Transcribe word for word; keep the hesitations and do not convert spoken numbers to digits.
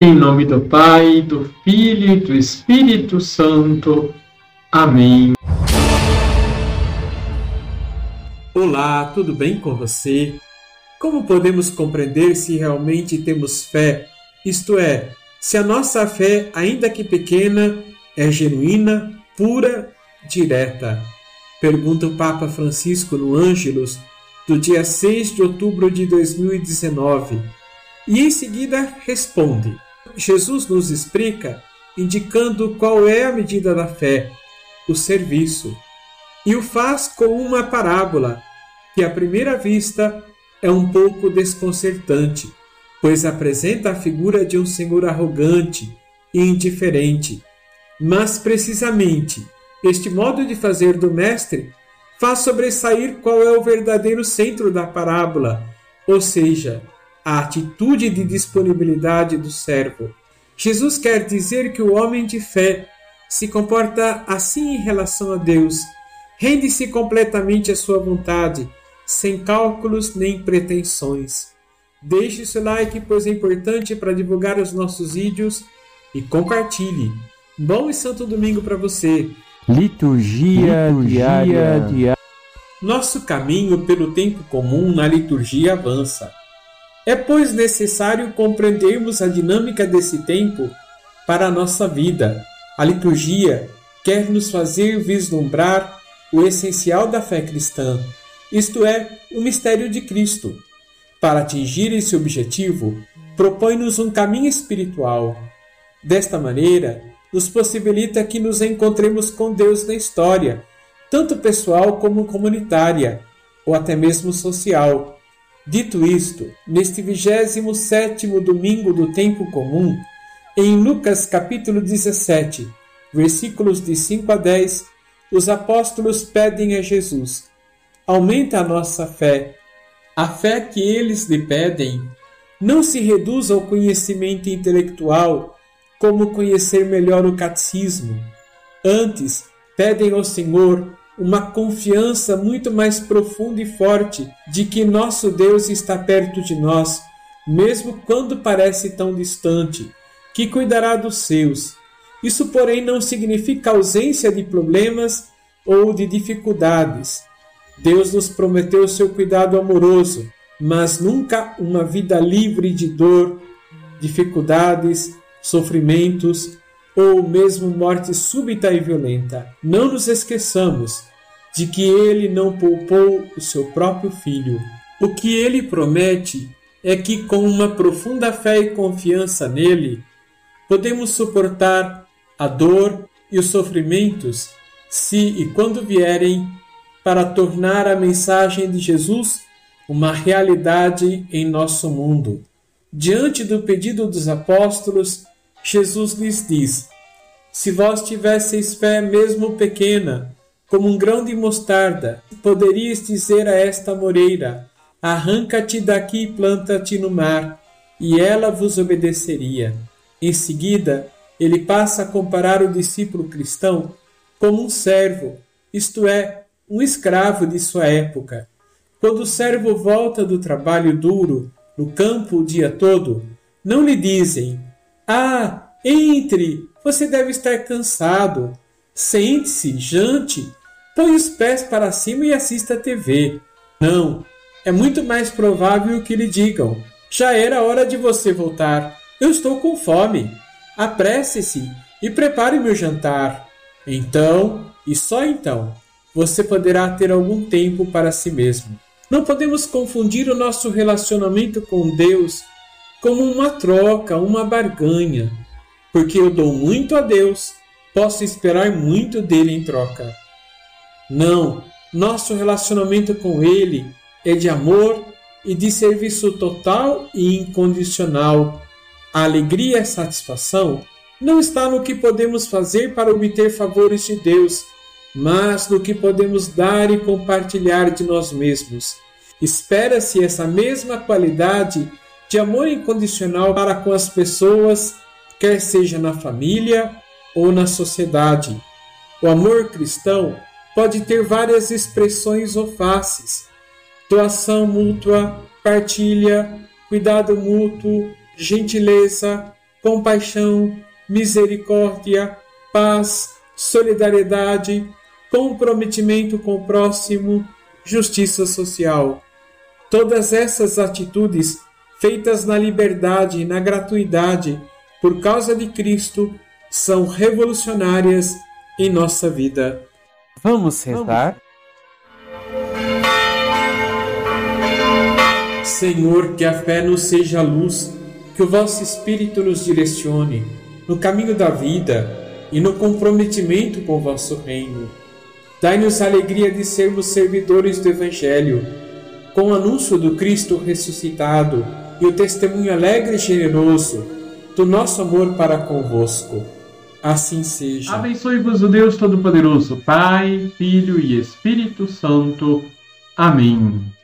Em nome do Pai, do Filho e do Espírito Santo. Amém. Olá, tudo bem com você? Como podemos compreender se realmente temos fé? Isto é, se a nossa fé, ainda que pequena, é genuína, pura, direta? Pergunta o Papa Francisco no Ângelus do dia seis de outubro de dois mil e dezenove. E em seguida responde. Jesus nos explica, indicando qual é a medida da fé, o serviço, e o faz com uma parábola, que à primeira vista é um pouco desconcertante, pois apresenta a figura de um senhor arrogante e indiferente. Mas, precisamente, este modo de fazer do Mestre faz sobressair qual é o verdadeiro centro da parábola, ou seja, a atitude de disponibilidade do servo. Jesus quer dizer que o homem de fé se comporta assim em relação a Deus, rende-se completamente à sua vontade, sem cálculos nem pretensões. Deixe seu like, pois é importante para divulgar os nossos vídeos, e compartilhe. Bom e santo domingo para você. Liturgia, liturgia diária. diária. Nosso caminho pelo tempo comum na liturgia avança. É, pois, necessário compreendermos a dinâmica desse tempo para a nossa vida. A liturgia quer nos fazer vislumbrar o essencial da fé cristã, isto é, o mistério de Cristo. Para atingir esse objetivo, propõe-nos um caminho espiritual. Desta maneira, nos possibilita que nos encontremos com Deus na história, tanto pessoal como comunitária, ou até mesmo social. Dito isto, neste vigésimo sétimo domingo do tempo comum, em Lucas capítulo dezessete, versículos de cinco a dez, os apóstolos pedem a Jesus: aumenta a nossa fé. A fé que eles lhe pedem não se reduz ao conhecimento intelectual, como conhecer melhor o catecismo. Antes, pedem ao Senhor uma confiança muito mais profunda e forte de que nosso Deus está perto de nós, mesmo quando parece tão distante, que cuidará dos seus. Isso, porém, não significa ausência de problemas ou de dificuldades. Deus nos prometeu seu cuidado amoroso, mas nunca uma vida livre de dor, dificuldades, sofrimentos ou mesmo morte súbita e violenta. Não nos esqueçamos de que Ele não poupou o seu próprio Filho. O que Ele promete é que, com uma profunda fé e confiança nele, podemos suportar a dor e os sofrimentos, se e quando vierem, para tornar a mensagem de Jesus uma realidade em nosso mundo. Diante do pedido dos apóstolos, Jesus lhes diz: se vós tivesseis fé mesmo pequena, como um grão de mostarda, poderias dizer a esta moreira: arranca-te daqui e planta-te no mar, e ela vos obedeceria. Em seguida, ele passa a comparar o discípulo cristão como um servo, isto é, um escravo de sua época. Quando o servo volta do trabalho duro, no campo o dia todo, não lhe dizem: ah, entre, você deve estar cansado. Sente-se, jante, põe os pés para cima e assista a T V. Não, é muito mais provável que lhe digam: já era hora de você voltar. Eu estou com fome. Apresse-se e prepare meu jantar. Então, e só então, você poderá ter algum tempo para si mesmo. Não podemos confundir o nosso relacionamento com Deus como uma troca, uma barganha. Porque eu dou muito a Deus, posso esperar muito dele em troca. Não, nosso relacionamento com Ele é de amor e de serviço total e incondicional. A alegria e a satisfação não está no que podemos fazer para obter favores de Deus, mas no que podemos dar e compartilhar de nós mesmos. Espera-se essa mesma qualidade de amor incondicional para com as pessoas, quer seja na família ou na sociedade. O amor cristão pode ter várias expressões ou faces: doação mútua, partilha, cuidado mútuo, gentileza, compaixão, misericórdia, paz, solidariedade, comprometimento com o próximo, justiça social. Todas essas atitudes, feitas na liberdade e na gratuidade, por causa de Cristo, são revolucionárias em nossa vida. Vamos rezar? Senhor, que a fé nos seja luz, que o vosso Espírito nos direcione no caminho da vida e no comprometimento com o vosso reino. Dai-nos a alegria de sermos servidores do Evangelho, com o anúncio do Cristo ressuscitado e o testemunho alegre e generoso do nosso amor para convosco. Assim seja. Abençoe-vos o Deus Todo-Poderoso, Pai, Filho e Espírito Santo. Amém.